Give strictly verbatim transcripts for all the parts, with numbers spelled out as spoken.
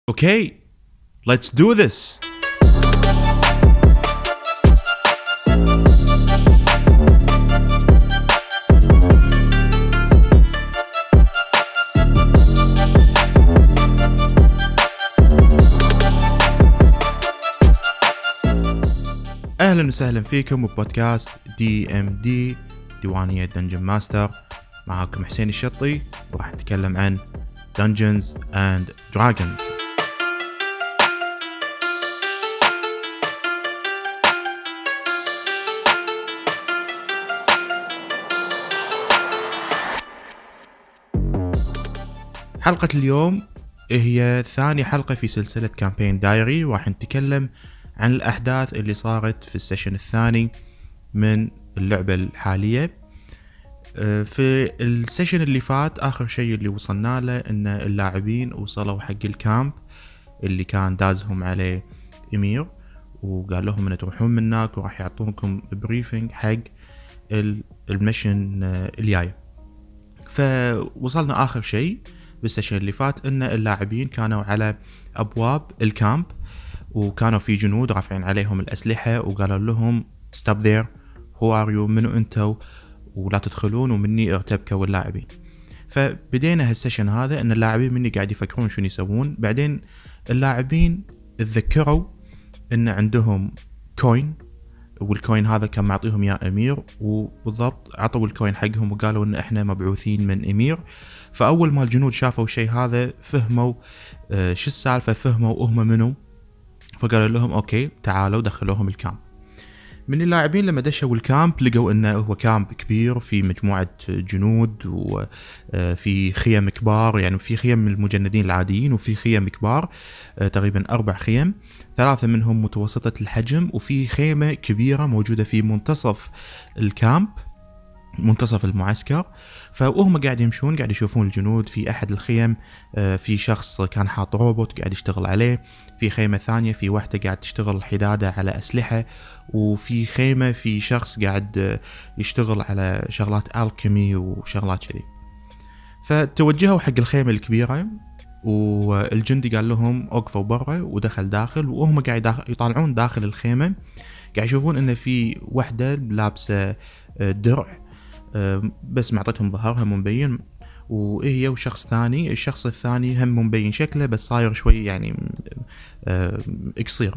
Okay, let's do this. أهلا وسهلا فيكم ببودكاست دي ام دي ديوانية دنجن ماستر. معاكم حسين الشطي وراح نتكلم عن Dungeons and Dragons. حلقة اليوم هي ثاني حلقة في سلسلة كامبين دايري، وراح نتكلم عن الأحداث اللي صارت في السيشن الثاني من اللعبة الحالية. في السيشن اللي فات آخر شيء اللي وصلنا له إن اللاعبين وصلوا حق الكامب اللي كان دازهم عليه إمير، وقال لهم إن تروحون من هناك وراح يعطونكم بريفنج حق المشن الجاي. فوصلنا آخر شيء بالسيشن اللي فات إن اللاعبين كانوا على أبواب الكامب، وكانوا في جنود رافعين عليهم الأسلحة وقالوا لهم stop there, who are you, منو أنتوا، ولا تدخلون ومني ارتبكوا اللاعبين. فبدينا هالسيشن هذا ان اللاعبين مني قاعد يفكرون شو يسوون. بعدين اللاعبين تذكروا ان عندهم كوين، والكوين هذا كان معطيهم يا امير، وبالضبط عطوا الكوين حقهم وقالوا ان احنا مبعوثين من امير. فاول ما الجنود شافوا الشيء هذا فهموا آه شو السالفة، فهموا هم منو، فقالوا لهم اوكي تعالوا دخلوهم الكامب. من اللاعبين لما دشوا الكامب لقوا انه هو كامب كبير في مجموعة جنود وفي خيم كبار، يعني في خيم المجندين العاديين وفي خيم كبار تقريبا أربع خيم، ثلاثة منهم متوسطة الحجم، وفي خيمة كبيرة موجودة في منتصف الكامب، منتصف المعسكر. فوهم قاعد يمشون قاعد يشوفون الجنود. في أحد الخيم في شخص كان حاط روبوت قاعد يشتغل عليه، في خيمة ثانية في واحدة قاعد تشتغل حدادة على أسلحة، وفي خيمة في شخص قاعد يشتغل على شغلات ألكيمي وشغلات كذي. فتوجهوا حق الخيمة الكبيرة، والجندي قال لهم اوقفوا برا، ودخل داخل. وهم قاعد يطالعون داخل الخيمة قاعد يشوفون إن في واحدة لابسة درع بس معطتهم ظهرها مبين، وهي وشخص ثاني، الشخص الثاني هم مبين شكله بس صاير شوي يعني قصير.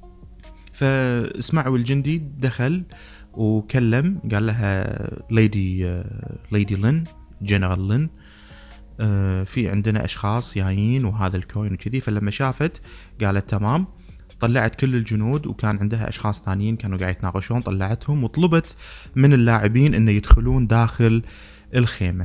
فاسمعوا الجندي دخل وكلم، قال لها ليدي ليدي لين، جنرال لين، في عندنا اشخاص جايين وهذا الكوين وكذي. فلما شافت قالت تمام، طلعت كل الجنود، وكان عندها اشخاص ثانيين كانوا قاعد يتناقشون، طلعتهم وطلبت من اللاعبين انه يدخلون داخل الخيمة.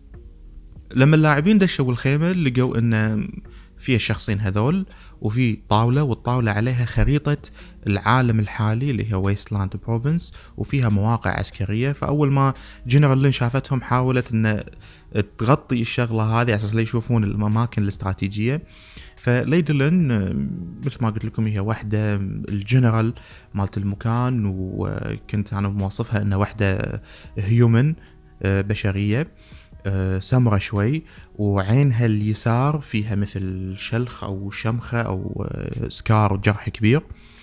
لما اللاعبين دشوا الخيمة لقوا ان في الشخصين هذول وفي طاولة، والطاولة عليها خريطة العالم الحالي اللي هي ويستلاند بروفنس، وفيها مواقع عسكرية. فأول ما جنرال لين شافتهم حاولت ان تغطي الشغلة هذه على اساس لا يشوفون الأماكن الاستراتيجية. فليدي لين مثل ما قلت لكم هي واحدة الجنرال مالت المكان، وكنت أنا موصفها إنها واحدة هيومن بشرية سمرة شوي، وعينها اليسار فيها مثل شلخ أو شمخة أو سكار جرح كبير،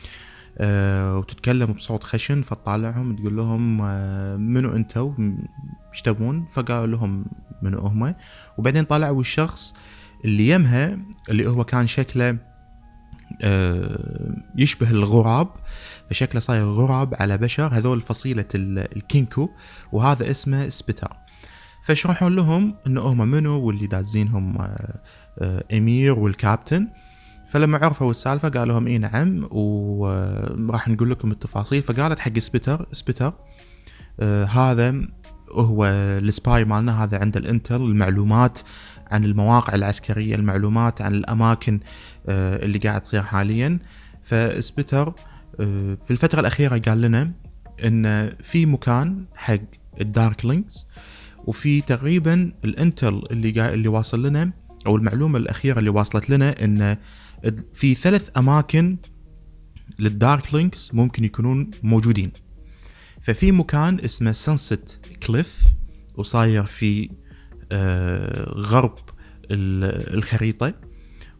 وتتكلم بصوت خشن. فتطالعهم تقول لهم منو أنتوا ايش تبون؟ فقالوا لهم منو هم. وبعدين طلعوا الشخص اللي يمها اللي هو كان شكله يشبه الغراب، فشكله صاير غراب على بشر، هذول فصيلة الكينكو، وهذا اسمه سبيتر. فشرحوا لهم انه هم منو واللي دازينهم امير والكابتن. فلما عرفوا السالفة قالوا لهم ايه نعم وراح نقول لكم التفاصيل. فقالت حق سبيتر سبيتر آه هذا هو السباي مالنا، هذا عند الانتل المعلومات عن المواقع العسكرية، المعلومات عن الأماكن آه اللي قاعد تصير حاليا. فسبيتر آه في الفترة الأخيرة قال لنا إن في مكان حق الدارك لينكس، وفي تقريبا الانتل اللي قاعد اللي واصل لنا، أو المعلومة الأخيرة اللي واصلت لنا إن في ثلاث أماكن للدارك لينكس ممكن يكونون موجودين. ففي مكان اسمه سانست كليف، وصاير في آه غرب الخريطة،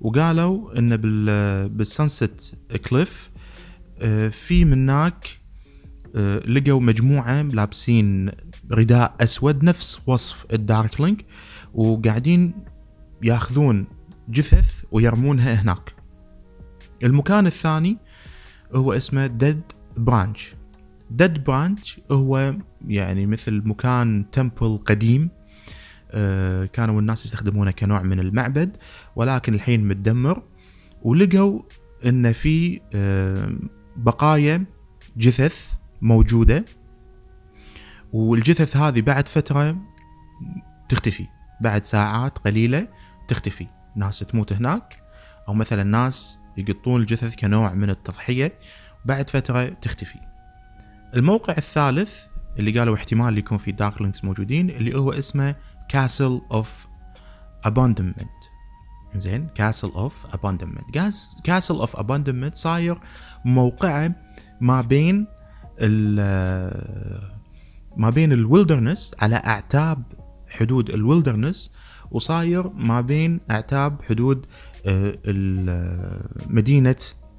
وقالوا ان بال بالسانست كليف في مناك لقوا مجموعة لابسين رداء أسود نفس وصف الداركلينج، وقاعدين ياخذون جثث ويرمونها هناك. المكان الثاني هو اسمه ديد برانش. ديد برانش هو يعني مثل مكان تمبل قديم، آه كانوا الناس يستخدمونه كنوع من المعبد، ولكن الحين متدمر. ولقوا ان في آه بقايا جثث موجودة، والجثث هذه بعد فترة تختفي، بعد ساعات قليلة تختفي. ناس تموت هناك، أو مثلا ناس يقطون الجثث كنوع من التضحية، بعد فترة تختفي. الموقع الثالث اللي قالوا احتمال يكون في داركلينجز موجودين اللي هو اسمه Castle of Abandonment. زين، Castle of Abandonment. Castle of Abandonment صاير موقعه ما بين ما بين الويلدرنس، على أعتاب حدود الويلدرنس، وصاير ما بين أعتاب حدود مدينة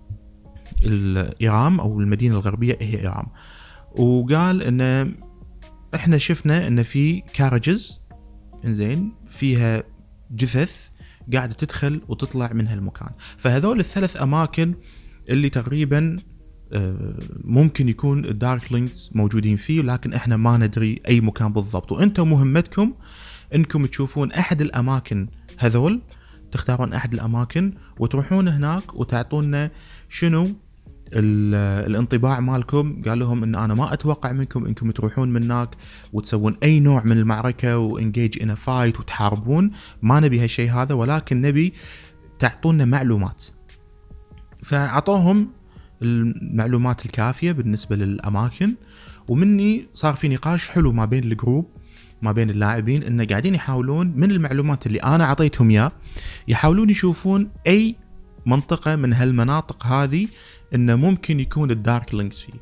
الإيرام أو المدينة الغربية هي إيرام. وقال إن إحنا شفنا إن في كارجز إنزين فيها جثث قاعدة تدخل وتطلع من هالمكان. فهذول الثلاث أماكن اللي تقريبا ممكن يكون الداركلينجز موجودين فيه، لكن إحنا ما ندري أي مكان بالضبط. وأنتم مهمتكم إنكم تشوفون أحد الأماكن هذول، تختارون أحد الأماكن وتروحون هناك وتعطونا شنو الانطباع مالكم. قال لهم إن أنا ما أتوقع منكم إنكم تروحون من هناك وتسوون أي نوع من المعركة وإنجيج إن فايت وتحاربون، ما نبي هالشيء هذا، ولكن نبي تعطونا معلومات. فعطوهم المعلومات الكافية بالنسبة للأماكن، ومني صار في نقاش حلو ما بين الجروب، ما بين اللاعبين، إنه قاعدين يحاولون من المعلومات اللي أنا عطيتهم إياه يحاولون يشوفون أي منطقة من هالمناطق هذه إنه ممكن يكون الداركلينجز فيه.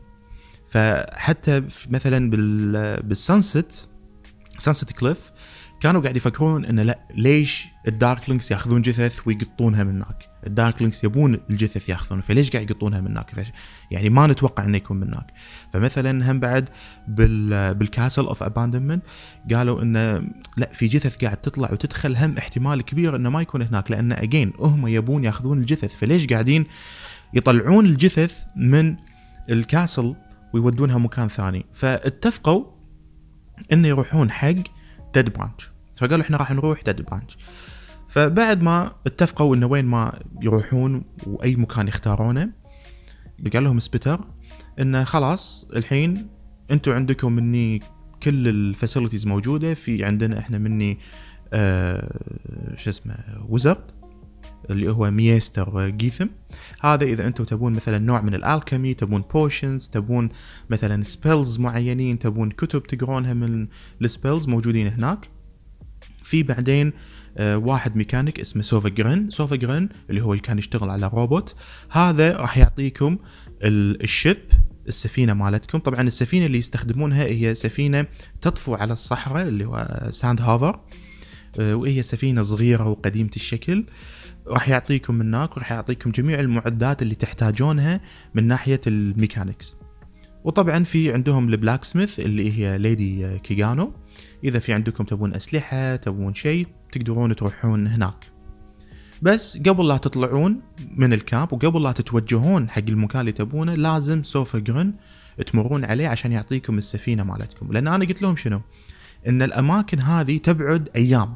فحتى مثلا بالسانست سانست كليف كانوا قاعد يفكرون إنه لا، ليش الداركلينجز ياخذون جثث ويقطونها من هناك؟ الداركلينجز يبون الجثث ياخذون، فليش قاعد يقطونها من هناك؟ يعني ما نتوقع انه يكون من هناك. فمثلا هم بعد بال بالكاسل اوف اباندمنت قالوا انه لا، في جثث قاعد تطلع وتدخل، هم احتمال كبير انه ما يكون هناك، لان اجين هم يبون ياخذون الجثث، فليش قاعدين يطلعون الجثث من الكاسل ويودونها مكان ثاني؟ فاتفقوا انه يروحون حق ديد برانش. فقالوا احنا راح نروح ديد برانش. فبعد ما اتفقوا انه وين ما يروحون واي مكان يختارونه، قال لهم سبيتر انه خلاص الحين انتم عندكم مني كل الفاسيلتيز موجوده، في عندنا احنا مني آه شو اسمه ويزرد اللي هو ميستر جيثم. هذا اذا انتم تبون مثلا نوع من الالكيمي، تبون بوشنز، تبون مثلا سبيلز معينين، تبون كتب تقرونها من السبيلز، موجودين هناك. في بعدين آه واحد ميكانيك اسمه سوفا جرين. سوفا جرين اللي هو كان يشتغل على روبوت، هذا راح يعطيكم الشيب، السفينة مالتكم. طبعا السفينة اللي يستخدمونها هي سفينة تطفو على الصحراء اللي هو ساند هافر، آه وهي سفينة صغيرة وقديمة الشكل. راح يعطيكم من هناك، وراح يعطيكم جميع المعدات اللي تحتاجونها من ناحية الميكانيكس. وطبعا في عندهم البلاك سميث اللي هي ليدي كيغانو. إذا في عندكم تبون أسلحة، تبون شيء، تقدرون تروحون هناك. بس قبل لا تطلعون من الكامب وقبل لا تتوجهون حق المكان اللي تبونه، لازم سوفا جرين تمرون عليه عشان يعطيكم السفينة مالتكم. لأن أنا قلت لهم شنو؟ إن الأماكن هذه تبعد أيام،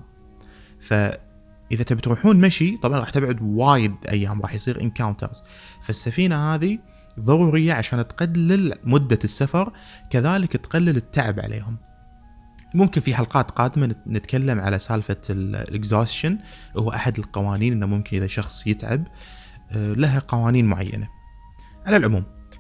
فإذا تبي تروحون مشي طبعا راح تبعد وايد أيام، راح يصير انكاونترز. فالسفينة هذه ضرورية عشان تقلل مدة السفر، كذلك تقلل التعب عليهم. ممكن في حلقات قادمة نتكلم على سالفة الاكزوستشن، هو أحد القوانين إنه ممكن إذا شخص يتعب لها قوانين معينة. على العموم،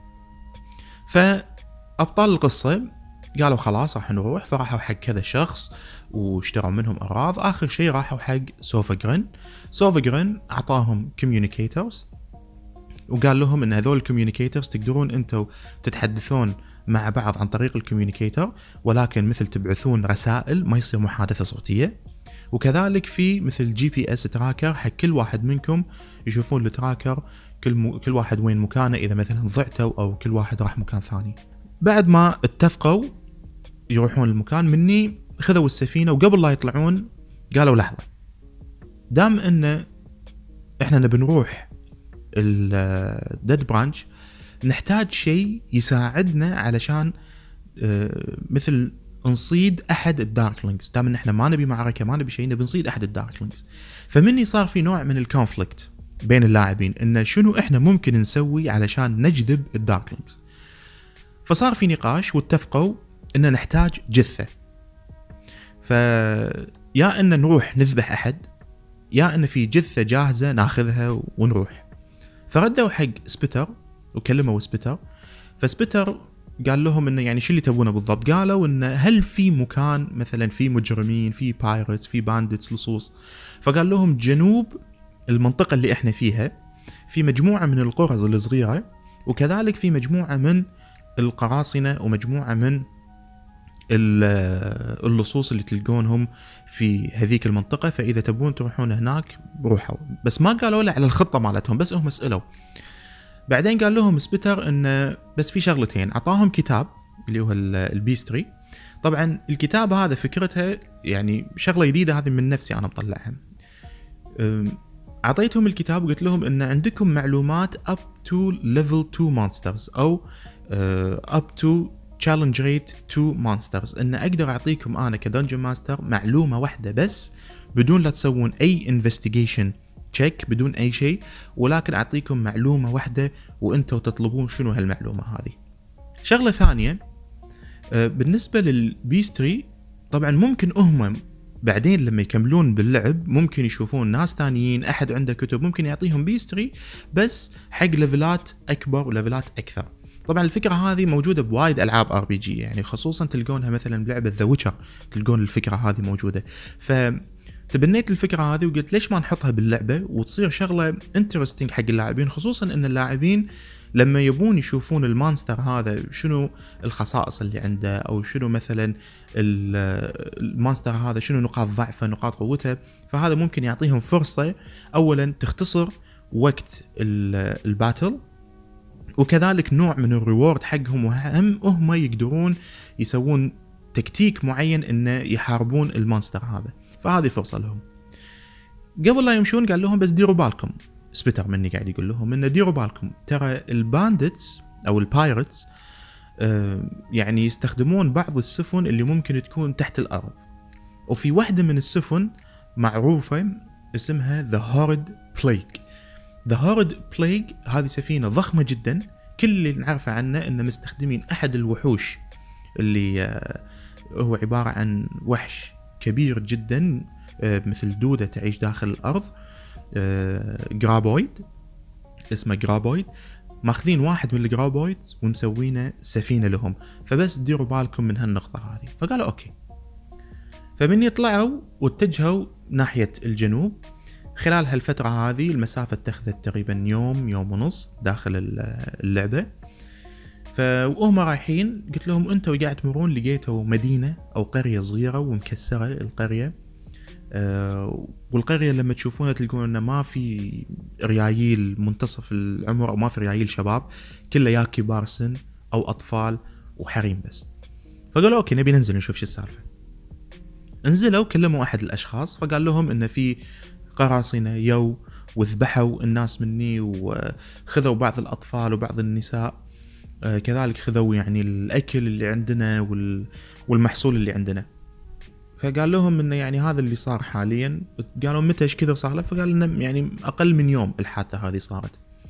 فأبطال القصة قالوا خلاص راح نروح، فراحوا حق كذا شخص واشتروا منهم أغراض. آخر شيء راحوا حق سوفا جرين. سوفا جرين أعطاهم كوميونيكيترز وقال لهم إن هذول الكوميونيكيترز تقدرون أنتوا تتحدثون مع بعض عن طريق الكوميونيكيتر، ولكن مثل تبعثون رسائل، ما يصير محادثة صوتية. وكذلك في مثل جي بي اس تراكر حق كل واحد منكم، يشوفون التراكر كل م... كل واحد وين مكانه اذا مثلا ضعتوا او كل واحد راح مكان ثاني. بعد ما اتفقوا يروحون المكان مني، خذوا السفينه وقبل لا يطلعون قالوا لحظه، دام ان احنا نبي نروح الديد برانش نحتاج شيء يساعدنا علشان اه مثل نصيد احد الداركلينجز. دام ان احنا ما نبي معركه ما نبي شيء، نبي نصيد احد الداركلينجز. فمني صار في نوع من الكونفليكت بين اللاعبين انه شنو احنا ممكن نسوي علشان نجذب الداركلينجز. فصار في نقاش واتفقوا ان نحتاج جثه، فيا ان نروح نذبح احد يا ان في جثه جاهزه ناخذها ونروح. فردوا حق سبيتر وكلموا سبيتر، فسبيتر قال لهم انه يعني شو اللي تبونه بالضبط. قالوا انه هل في مكان مثلا في مجرمين، في بايرتس، في باندتس، لصوص. فقال لهم جنوب المنطقه اللي احنا فيها في مجموعه من القرى الصغيره، وكذلك في مجموعه من القراصنه ومجموعه من اللصوص اللي تلقونهم في هذيك المنطقة، فإذا تبون تروحون هناك روحوا. بس ما قالوا له على الخطة مالتهم، بس هم سألوا. بعدين قال لهم سبيتر إن بس في شغلتين، عطاهم كتاب اللي هو البيستري. طبعا الكتاب هذا فكرتها يعني شغلة جديدة، هذه من نفسي أنا مطلعها. عطيتهم الكتاب وقلت لهم إن عندكم معلومات up to level two monsters أو up to challenge rate two monsters، ان اقدر اعطيكم انا كدنجن ماستر معلومه واحده بس بدون لا تسوون اي انفستيجيشن تشيك، بدون اي شيء، ولكن اعطيكم معلومه واحده وانتم تطلبون شنو هالمعلومه هذه. شغله ثانيه بالنسبه للبيستري، طبعا ممكن هم بعدين لما يكملون باللعب ممكن يشوفون ناس ثانيين احد عنده كتب ممكن يعطيهم بيستري بس حق ليفلات اكبر وليفلات اكثر. طبعا الفكرة هذه موجودة بوايد ألعاب آر بي جي، يعني خصوصا تلقونها مثلا بلعبة ذا ويتشر، تلقون الفكرة هذه موجودة. فتبنيت الفكرة هذه وقلت ليش ما نحطها باللعبة وتصير شغلة انترستينج حق اللاعبين، خصوصا ان اللاعبين لما يبون يشوفون المانستر هذا شنو الخصائص اللي عنده، او شنو مثلا المانستر هذا شنو نقاط ضعفه نقاط قوته، فهذا ممكن يعطيهم فرصة اولا تختصر وقت الباتل، وكذلك نوع من الريورد حقهم، وهم هم يقدرون يسوون تكتيك معين انه يحاربون المونستر هذا، فهذه فرصة لهم. قبل لا يمشون قال لهم بس ديروا بالكم، سبيتر مني قاعد يقول لهم انه ديروا بالكم، ترى الباندتس او البايرتس آه يعني يستخدمون بعض السفن اللي ممكن تكون تحت الارض، وفي واحدة من السفن معروفة اسمها The Horrid Plague. The Horrid Plague هذه سفينة ضخمة جدا، كل اللي نعرفه عنه انه مستخدمين احد الوحوش اللي آه هو عبارة عن وحش كبير جدا آه مثل دودة تعيش داخل الارض، آه جرابويد، اسمه جرابويد. ماخذين واحد من الجرابويد ومسوينه سفينة لهم، فبس ديروا بالكم من هالنقطة هذه. فقالوا اوكي، فمن يطلعوا واتجهوا ناحية الجنوب. خلال هالفترة هذه المسافة اتخذت تقريبا يوم يوم ونص داخل اللعبة. فوهم رايحين قلت لهم انتوا قاعد تمرون لقيتوا مدينة او قرية صغيرة ومكسرة القرية، أه والقرية لما تشوفونها تلقون انه ما في ريايل منتصف العمر او ما في ريايل شباب، كله يا كبار سن او اطفال وحريم بس. فقالوا اوكي نبي ننزل نشوف شو السالفة. انزلوا كلموا احد الاشخاص فقال لهم ان في قراصنة يو وذبحوا الناس مني وخذوا بعض الأطفال وبعض النساء، آه كذلك خذوا يعني الأكل اللي عندنا والمحصول اللي عندنا. فقال لهم إنه يعني هذا اللي صار حاليا. قالوا متى إيش كذا صار له؟ فقال لنا يعني أقل من يوم الحادثة هذه صارت.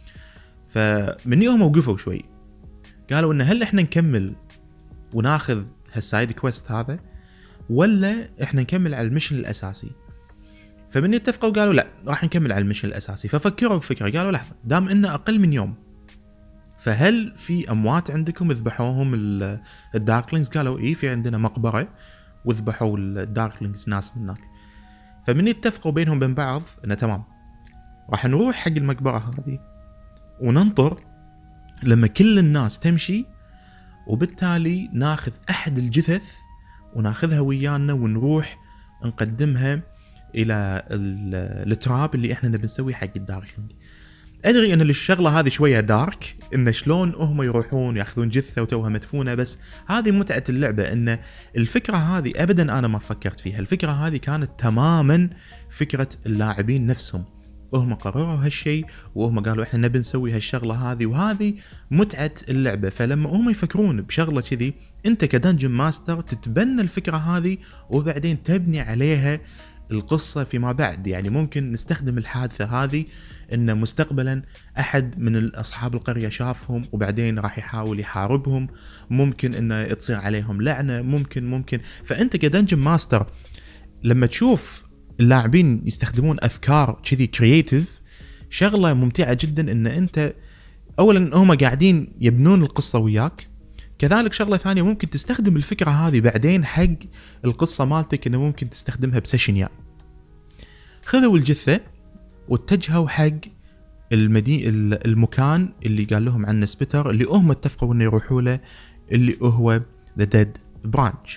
فمن يوم وقفوا شوي، قالوا إنه هل إحنا نكمل وناخذ هالسايد كويست هذا ولا إحنا نكمل على المشن الأساسي؟ فمن يتفقوا قالوا لا راح نكمل على المشن الأساسي. ففكروا بفكرة، قالوا لحظة دام إنه أقل من يوم، فهل في أموات عندكم ذبحوهم الداركلينجز؟ قالوا إيه في عندنا مقبرة وذبحوا الداركلينجز ناس من هناك. فمن يتفقوا بينهم بين بعض إنه تمام راح نروح حق المقبرة هذه وننطر لما كل الناس تمشي، وبالتالي ناخذ أحد الجثث وناخذها ويانا ونروح نقدمها الى التراب اللي احنا نبي نسويه حق الداركلينج. ادري ان الشغله هذه شويه دارك، ان شلون هم يروحون ياخذون جثه وتوها مدفونه، بس هذه متعه اللعبه. ان الفكره هذه ابدا انا ما فكرت فيها، الفكره هذه كانت تماما فكره اللاعبين نفسهم، وهم قرروا هالشيء وهم قالوا احنا نبي نسوي هالشغله هذه، وهذه متعه اللعبه. فلما هم يفكرون بشغله كذي انت كدنجن ماستر تتبنى الفكره هذه وبعدين تبني عليها القصة فيما بعد. يعني ممكن نستخدم الحادثة هذه ان مستقبلا احد من اصحاب القرية شافهم وبعدين راح يحاول يحاربهم، ممكن انه تصير عليهم لعنة، ممكن ممكن فانت كدنجن ماستر لما تشوف اللاعبين يستخدمون افكار كذي كرييتيف، شغلة ممتعة جدا. ان انت اولا هم قاعدين يبنون القصة وياك، كذلك شغلة ثانية ممكن تستخدم الفكرة هذه بعدين حق القصة مالتك، انه ممكن تستخدمها بسيشن. يعني خذوا الجثة واتجهوا حق المدي... المكان اللي قال لهم عنه سبيتر، اللي هم اتفقوا انه يروحوا له، اللي هو The Dead Branch.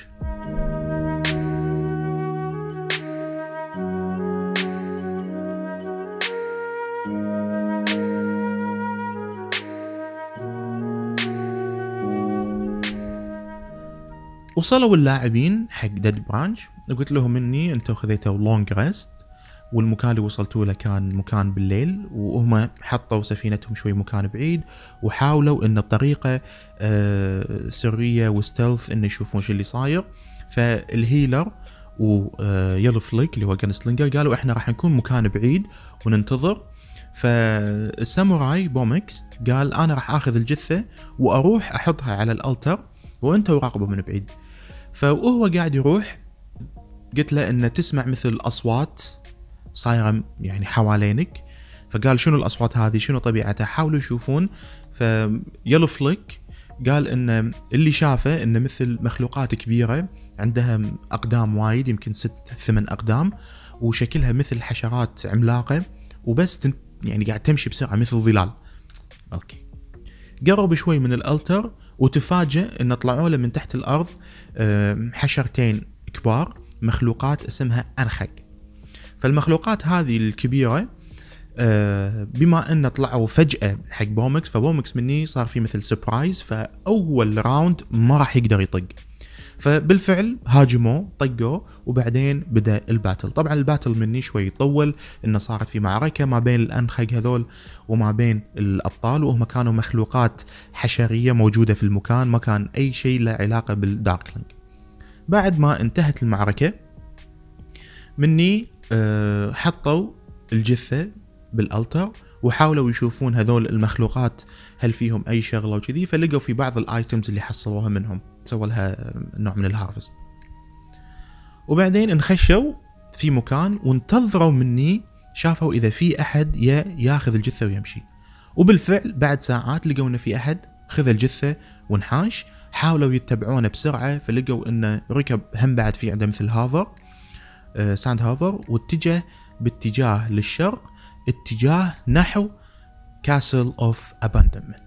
وصلوا اللاعبين حق ديد برانش، قلت لهم اني انتم خذيتوا لونج ريست، والمكان اللي وصلتوا له كان مكان بالليل، وهم حطوا سفينتهم شوي مكان بعيد، وحاولوا انه بطريقه آه سريه وستيلث انه يشوفون شو اللي صاير. فالهيلر ويلو فليك اللي هو جانسلينجر قالوا احنا راح نكون مكان بعيد وننتظر. فالساموراي بومكس قال انا راح اخذ الجثه واروح احطها على الالتر وانتوا راقبوا من بعيد. فهو قاعد يروح قلت له ان تسمع مثل اصوات صايره يعني حوالينك، فقال شنو الاصوات هذه، شنو طبيعتها، حاولوا يشوفون. فيلو فليك قال ان اللي شافه ان مثل مخلوقات كبيره عندها اقدام وايد، يمكن ست ثمان اقدام، وشكلها مثل حشرات عملاقه، وبس تنت يعني قاعد تمشي بسرعه مثل ظلال. اوكي، قرب شوي من الالتر وتفاجئ ان طلعوا له من تحت الارض حشرتين كبار، مخلوقات اسمها انخق. فالمخلوقات هذه الكبيره بما ان طلعوا فجاه حق بومكس، فبومكس مني صار في مثل سبرايز، فاول راوند ما راح يقدر يطق. فبالفعل هاجموا طقوا وبعدين بدا الباتل. طبعا الباتل مني شوي طول، انه صارت في معركه ما بين الانخق هذول وما بين الابطال، وهم كانوا مخلوقات حشريه موجوده في المكان، ما كان اي شيء له علاقه بالداركلينج. بعد ما انتهت المعركه مني أه حطوا الجثه بالالتر وحاولوا يشوفون هذول المخلوقات هل فيهم اي شغله وكذي، فلقوا في بعض الايتمز اللي حصلوها منهم سووا لها نوع من الهارفست. وبعدين انخشوا في مكان وانتظروا مني، شافوا اذا في احد ياخذ الجثه ويمشي. وبالفعل بعد ساعات لقوا ان في احد خذ الجثه وانحاش. حاولوا يتبعونه بسرعه، فلقوا انه ركب هم بعد في عنده مثل هافر آه ساند هافر، واتجه باتجاه للشرق، اتجاه نحو كاسل اوف اباندمنت.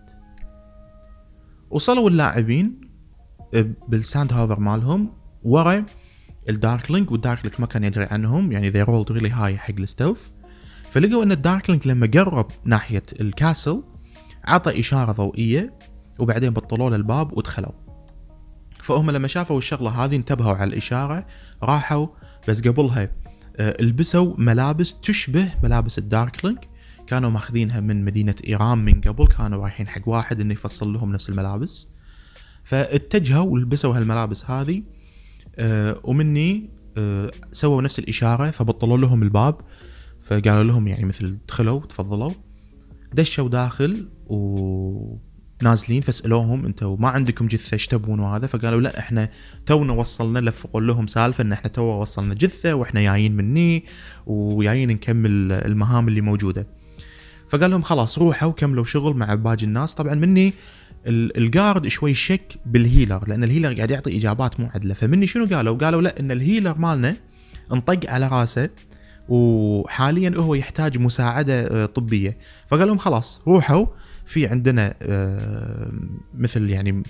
وصلوا اللاعبين بالساند هافر مالهم ورا الداركلينج، والداركلينج ما كان يدري عنهم، يعني they rolled really high حق الستيلث. فلقوا ان الداركلينج لما قرب ناحية الكاسل عطى اشارة ضوئية، وبعدين بطلوا له الباب ودخلوا. فهم لما شافوا الشغلة هذه انتبهوا على الاشارة، راحوا بس قبلها البسوا ملابس تشبه ملابس الداركلينج، كانوا ماخذينها من مدينة ايران من قبل، كانوا رايحين حق واحد انه يفصل لهم نفس الملابس. فاتجهوا ولبسوا هالملابس هذه أه ومني أه سووا نفس الإشارة، فبطلوا لهم الباب، فقالوا لهم يعني مثل دخلوا تفضلوا. دشوا داخل ونازلين، فسألوهم انتوا ما عندكم جثة ايش تبون وهذا، فقالوا لا احنا تونا وصلنا، لفقوا لهم سالفة ان احنا تونا وصلنا جثة واحنا جايين مني وجايين نكمل المهام اللي موجودة. فقال لهم خلاص روحوا وكملوا شغل مع باقي الناس. طبعا مني الجارد شوي شك بالهيلر، لان الهيلر قاعد يعطي اجابات مو عدله. فمني شنو قالوا قالوا لا ان الهيلر مالنا انطق على راسه وحاليا هو يحتاج مساعده طبيه. فقال لهم خلاص روحوا، في عندنا مثل يعني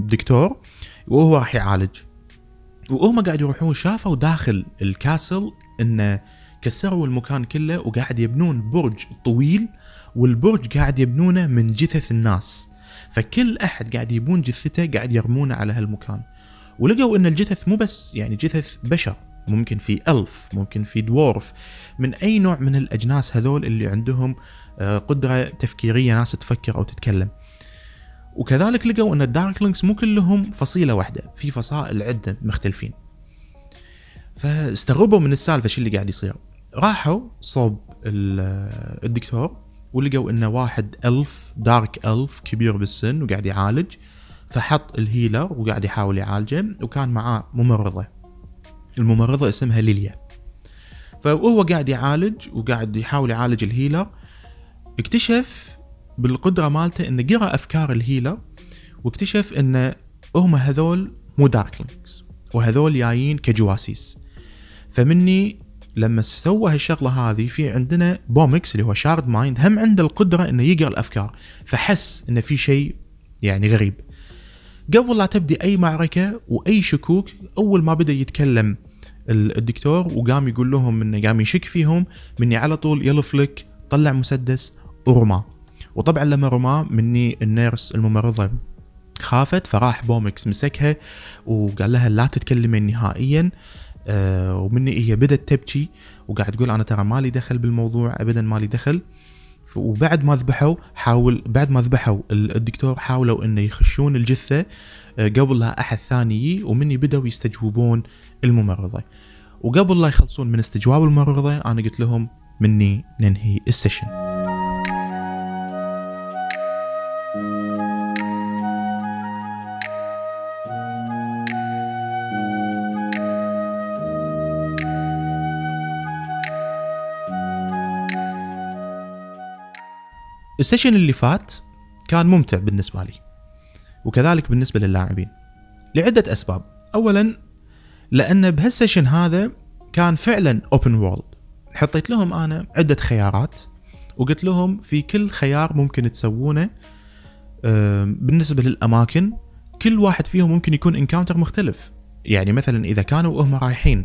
دكتور وهو راح يعالج. وهم قاعد يروحون شافوا داخل الكاسل إن كسروا المكان كله وقاعد يبنون برج طويل، والبرج قاعد يبنونه من جثث الناس، فكل أحد قاعد يبون جثته قاعد يرمونه على هالمكان. ولقوا إن الجثث مو بس يعني جثث بشر، ممكن في ألف، ممكن في دورف، من أي نوع من الأجناس هذول اللي عندهم قدرة تفكيرية، ناس تفكر أو تتكلم. وكذلك لقوا أن الداركلينجز مو كلهم فصيلة واحدة، في فصائل عدة مختلفين. فاستغربوا من السالفة شو اللي قاعد يصير. راحوا صوب الدكتور ولقوا أنه واحد ألف دارك ألف كبير بالسن وقاعد يعالج، فحط الهيلر وقاعد يحاول يعالجه، وكان معاه ممرضة، الممرضة اسمها ليليا. فهو قاعد يعالج وقاعد يحاول يعالج الهيلر، اكتشف بالقدرة مالته انه قرأ افكار الهيلر، واكتشف ان هم هذول مو داركلينجز، وهذول جايين كجواسيس. فمني لما سوى هالشغلة هذه، في عندنا بومكس اللي هو شارد مايند هم عنده القدرة انه يقرأ الافكار، فحس انه في شيء يعني غريب. قبل لا تبدي اي معركة واي شكوك، اول ما بدأ يتكلم الدكتور وقام يقول لهم انه قام يشك فيهم، مني على طول يلفلك طلع مسدس ورماه. وطبعا لما رماه، مني النيرس الممرضة خافت، فراح بومكس مسكها وقال لها لا تتكلمين نهائيا. آه ومني هي بدت تبكي وقاعد تقول انا ترى مالي دخل بالموضوع، ابدا مالي دخل. وبعد ما ذبحوا حاول بعد ما ذبحوا الدكتور حاولوا انه يخشون الجثة آه قبل لا احد ثاني، ومني بدأوا يستجوبون الممرضة. وقبل لا يخلصون من استجواب الممرضة، انا قلت لهم مني ننهي السيشن. السيشن اللي فات كان ممتع بالنسبة لي، وكذلك بالنسبة للاعبين لعدة أسباب. أولا لأن بهالسيشن هذا كان فعلا open world، حطيت لهم أنا عدة خيارات وقلت لهم في كل خيار ممكن تسوونه. بالنسبة للأماكن كل واحد فيهم ممكن يكون انكاونتر مختلف. يعني مثلا إذا كانوا هم رايحين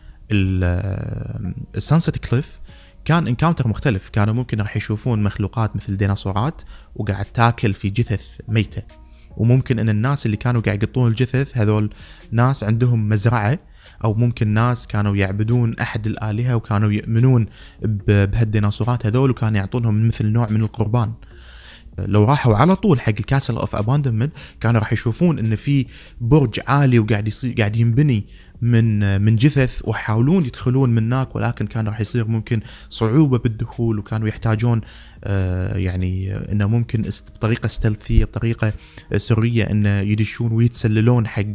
السانست كليف كان انكاونتر مختلف، كانوا ممكن راح يشوفون مخلوقات مثل ديناصورات وقاعد تاكل في جثث ميتة، وممكن ان الناس اللي كانوا قاعد يقطون الجثث هذول ناس عندهم مزرعة، او ممكن ناس كانوا يعبدون احد الآلهة وكانوا يؤمنون بهالديناصورات هذول وكانوا يعطونهم مثل نوع من القربان. لو راحوا على طول حق الكاسل اوف اباندمنت كانوا راح يشوفون ان في برج عالي وقاعد يصير قاعد ينبني من من جثث، ويحاولون يدخلون من هناك، ولكن كان راح يصير ممكن صعوبة بالدخول، وكانوا يحتاجون آه يعني انه ممكن بطريقة ستلثية بطريقة سرية انه يدشون ويتسللون حق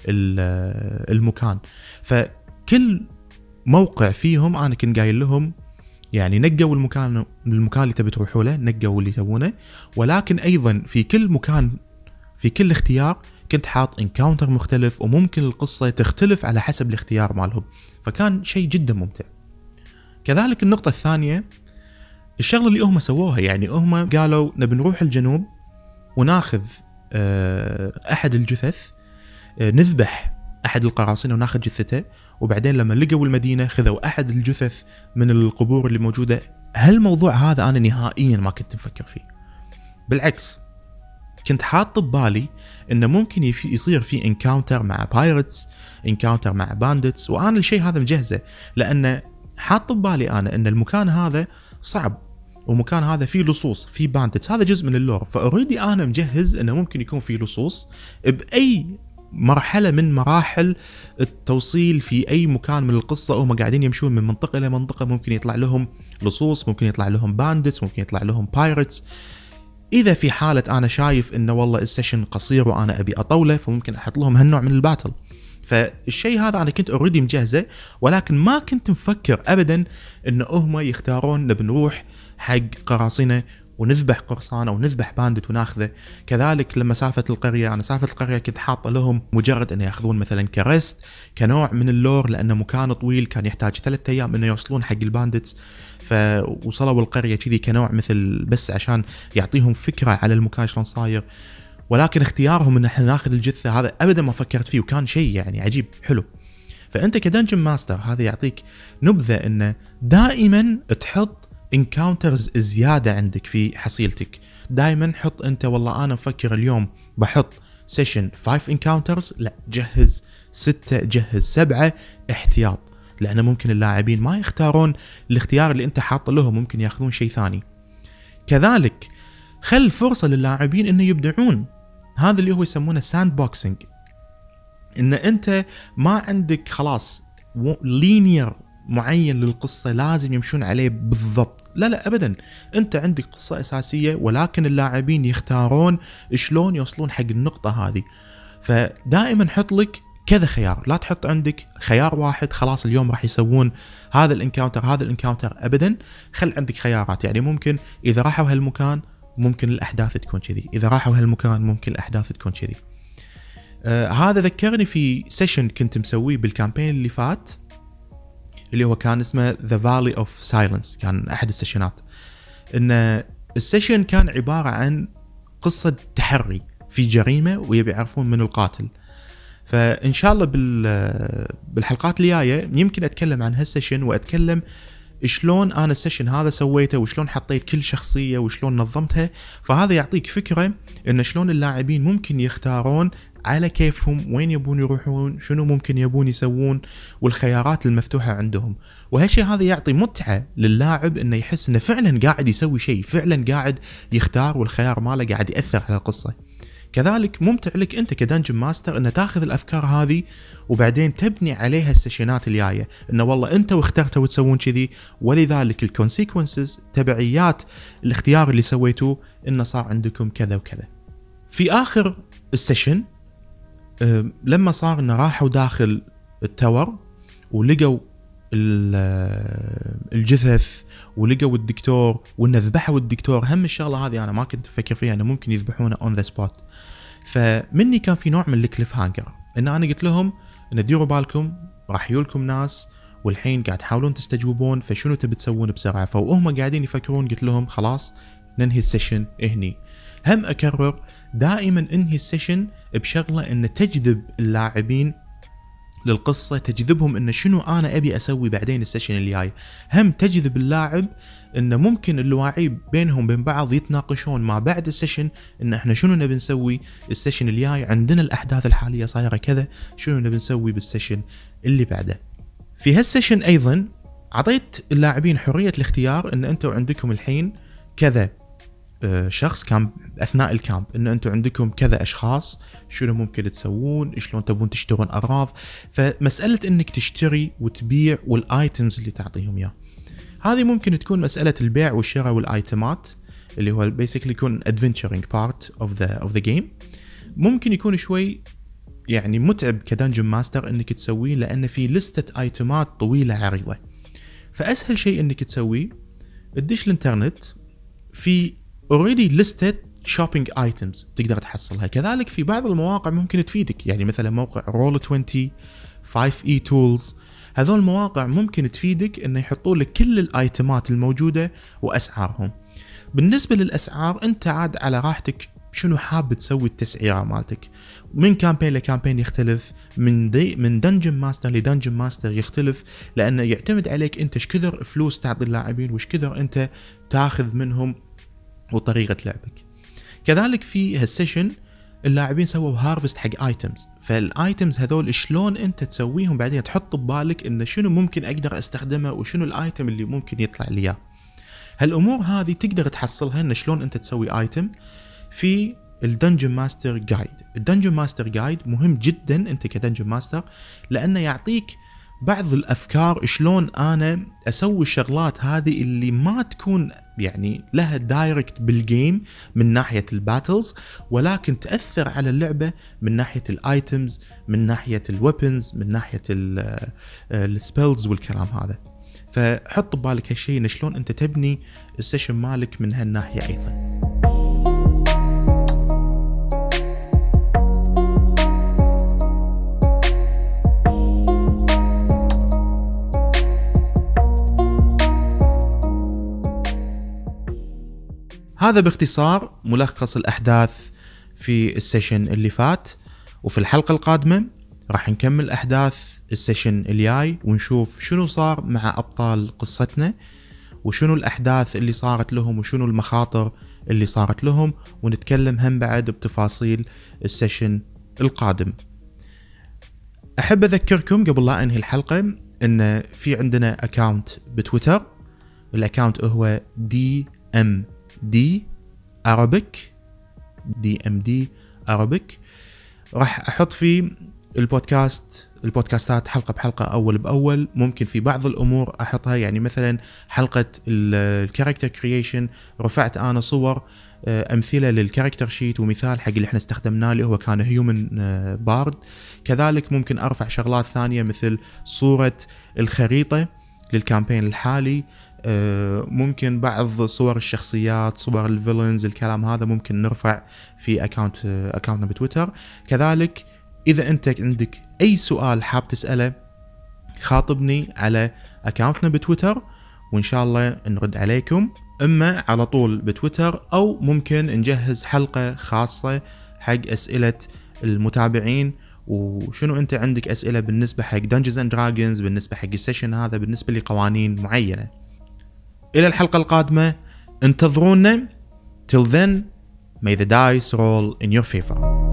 المكان. فكل موقع فيهم انا كنت قايل لهم يعني نقوا المكان المكان اللي تبي تروحوا له، نقوا اللي تبونه، ولكن ايضا في كل مكان في كل اختيار كنت حاط انكاونتر مختلف، وممكن القصة تختلف على حسب الاختيار مالهم، فكان شيء جدا ممتع. كذلك النقطة الثانية الشغلة اللي هم سووها، يعني هم قالوا نبي نروح الجنوب وناخذ أحد الجثث، نذبح أحد القراصنة وناخذ جثته، وبعدين لما لقوا المدينة خذوا أحد الجثث من القبور اللي موجودة. هالموضوع هذا أنا نهائيا ما كنت مفكر فيه، بالعكس كنت حاط ببالي انه ممكن يصير في انكاونتر مع بايرتس، انكاونتر مع باندتس، وانا الشيء هذا مجهزه، لان حاط ببالي انا ان المكان هذا صعب، ومكان هذا فيه لصوص، فيه باندتس، هذا جزء من اللور، فاوريدي انا مجهز انه ممكن يكون فيه لصوص باي مرحله من مراحل التوصيل في اي مكان من القصه، وهم قاعدين يمشون من منطقه الى منطقه، ممكن يطلع لهم لصوص، ممكن يطلع لهم باندتس، ممكن يطلع لهم بايرتس. إذا في حالة أنا شايف إنه والله السيشن قصير وأنا أبي أطوله، فممكن أحط لهم هالنوع من الباتل. فالشيء هذا أنا كنت أوريدي مجهزه، ولكن ما كنت مفكر أبدا إنه هم يختارون نبي نروح حق قراصنة ونذبح قرصان أو نذبح باندت وناخذه. كذلك لما سالفة القرية، أنا سالفة القرية كنت حاطة لهم مجرد أن يأخذون مثلا كريست كنوع من اللور، لأنه مكان طويل كان يحتاج ثلاثة أيام إنه يوصلون حق الباندتس، فوصلوا القرية كذي كنوع مثل بس عشان يعطيهم فكرة على المكان شلون صاير. ولكن اختيارهم ان احنا ناخذ الجثة هذا ابدا ما فكرت فيه، وكان شيء يعني عجيب حلو. فانت كدنجن ماستر هذا يعطيك نبذه انه دائما تحط انكاونترز زياده عندك في حصيلتك. دائما حط انت والله انا مفكر اليوم بحط سيشن خمسة انكاونترز، لا جهز ستة، جهز سبعة احتياط، لأنه ممكن اللاعبين ما يختارون الاختيار اللي انت حاط لهم، ممكن ياخذون شيء ثاني. كذلك خل فرصة للاعبين انه يبدعون، هذا اللي هو يسمونه ساند بوكسينج، ان انت ما عندك خلاص لينير معين للقصة لازم يمشون عليه بالضبط، لا لا ابدا، انت عندك قصة اساسية ولكن اللاعبين يختارون شلون يوصلون حق النقطة هذه. فدائما حط لك كذا خيار، لا تحط عندك خيار واحد خلاص اليوم راح يسوون هذا الانكاونتر هذا الانكاونتر، ابدا خل عندك خيارات. يعني ممكن اذا راحوا هالمكان ممكن الاحداث تكون كذي، اذا راحوا هالمكان ممكن الاحداث تكون كذي. آه هذا ذكرني في سيشن كنت مسويه بالكامبين اللي فات اللي هو كان اسمه The Valley of Silence، كان احد السيشنات. ان السيشن كان عبارة عن قصة تحري في جريمة ويبي يعرفون من القاتل. فإن شاء الله بالحلقات الجاية يمكن أتكلم عن هالسيشن وأتكلم شلون أنا السيشن هذا سويته وشلون حطيت كل شخصية وشلون نظمتها. فهذا يعطيك فكرة إن شلون اللاعبين ممكن يختارون على كيفهم وين يبون يروحون، شنو ممكن يبون يسوون، والخيارات المفتوحة عندهم. وهالشيء هذا يعطي متعة للاعب إنه يحس إنه فعلا قاعد يسوي شيء، فعلا قاعد يختار والخيار ماله قاعد يأثر على القصة. كذلك ممتع لك انت كدنجن ماستر ان تاخذ الافكار هذه وبعدين تبني عليها السيشنات الجايه، انه والله انت واخترتوا تسوون كذي ولذلك الكونسيكونسز تبعيات الاختيار اللي سويتوه انه صار عندكم كذا وكذا. في اخر السيشن لما صار انه راحوا داخل التاور ولقوا الجثث ولقوا الدكتور وان ذبحوا الدكتور، هم الشغله هذه انا ما كنت افكر فيها انه ممكن يذبحونه اون ذا سبوت. فمني كان في نوع من الكليف هانجر، ان انا قلت لهم ان ديروا بالكم راح يجولكم ناس والحين قاعد تحاولون تستجوبون، فشنو تبي تسوون بسرعه؟ فهم قاعدين يفكرون، قلت لهم خلاص ننهي السيشن هني. هم اكرر دائما انهي السيشن بشغله ان تجذب اللاعبين للقصة، تجذبهم إن شنو أنا أبي أسوي بعدين السيشن اللي جاي. هم تجذب اللاعب إن ممكن اللواعيب بينهم بين بعض يتناقشون ما بعد السيشن إن إحنا شنو نبي نسوي السيشن اللي جاي، عندنا الأحداث الحالية صايرة كذا، شنو نبي نسوي بالسيشن اللي بعده. في هالسيشن أيضا عطيت اللاعبين حرية الاختيار إن أنتوا عندكم الحين كذا شخص كان اثناء الكامب، ان انتم عندكم كذا اشخاص، شنو ممكن تسوون، شلون تبون تشترون اغراض. فمساله انك تشتري وتبيع والايتمز اللي تعطيهم اياه، هذه ممكن تكون مساله البيع والشراء والايتمات اللي هو بيسكلي يكون adventuring part of the of the game. ممكن يكون شوي يعني متعب كدنجن ماستر انك تسويه، لان في لستة ايتمات طويله عريضه. فاسهل شيء انك تسويه تدش الانترنت، في already listed shopping items تقدر تحصلها. كذلك في بعض المواقع ممكن تفيدك، يعني مثلا موقع رول عشرين، فايف إي Tools، هذول المواقع ممكن تفيدك انه يحطوا لك كل الايتمات الموجودة واسعارهم. بالنسبة للاسعار انت عاد على راحتك شنو حاب تسوي التسعيرة مالتك، من كامبين لكامبين يختلف، من دي من دنجن ماستر لدنجن ماستر يختلف، لانه يعتمد عليك انت ايش كثر فلوس تعطي اللاعبين وايش كثر انت تاخذ منهم وطريقة لعبك. كذلك في هالسيشن اللاعبين سووا هارفست حق ايتمز، فالايتمز هذول شلون انت تسويهم بعدين تحط ببالك ان شنو ممكن اقدر استخدمه وشنو الايتم اللي ممكن يطلع لي. هالامور هذه تقدر تحصلها ان شلون انت تسوي ايتم في الدنجن ماستر جايد. الدنجن ماستر جايد مهم جدا انت كدنجن ماستر، لانه يعطيك بعض الافكار شلون انا اسوي الشغلات هذه اللي ما تكون يعني لها دايركت بالجيم من ناحية الباتلز، ولكن تأثر على اللعبة من ناحية الايتمز، من ناحية الويبنز، من ناحية السبيلز والكلام هذا. فحط ببالك هالشيء ان شلون انت تبني السيشن مالك من هالناحية ايضا. هذا باختصار ملخص الأحداث في السيشن اللي فات، وفي الحلقة القادمة راح نكمل أحداث السيشن الجاي ونشوف شنو صار مع أبطال قصتنا، وشنو الأحداث اللي صارت لهم، وشنو المخاطر اللي صارت لهم، ونتكلم هم بعد بتفاصيل السيشن القادم. أحب أذكركم قبل لا أنهي الحلقة إن في عندنا أكاونت بتويتر، الأكاونت هو دي إم دي Arabic دي إم دي Arabic. راح أحط فيه البودكاست البودكاستات حلقة بحلقة أول بأول. ممكن في بعض الأمور أحطها، يعني مثلا حلقة الكاركتر كرييشن رفعت أنا صور أمثلة للكاركتر شيت ومثال حق اللي احنا استخدمناه اللي هو كان هيومن بارد. كذلك ممكن أرفع شغلات ثانية مثل صورة الخريطة للكامبين الحالي، ممكن بعض صور الشخصيات، صور الفيلنز، الكلام هذا ممكن نرفع في أكاونت أكاونتنا بتويتر. كذلك إذا أنت عندك أي سؤال حاب تسأله خاطبني على أكاونتنا بتويتر وإن شاء الله نرد عليكم، إما على طول بتويتر أو ممكن نجهز حلقة خاصة حق أسئلة المتابعين. وشنو أنت عندك أسئلة بالنسبة حق Dungeons and Dragons، بالنسبة حق السيشن هذا، بالنسبة لقوانين معينة. إلى الحلقة القادمة انتظرونا. Till then, may the dice roll in your favor.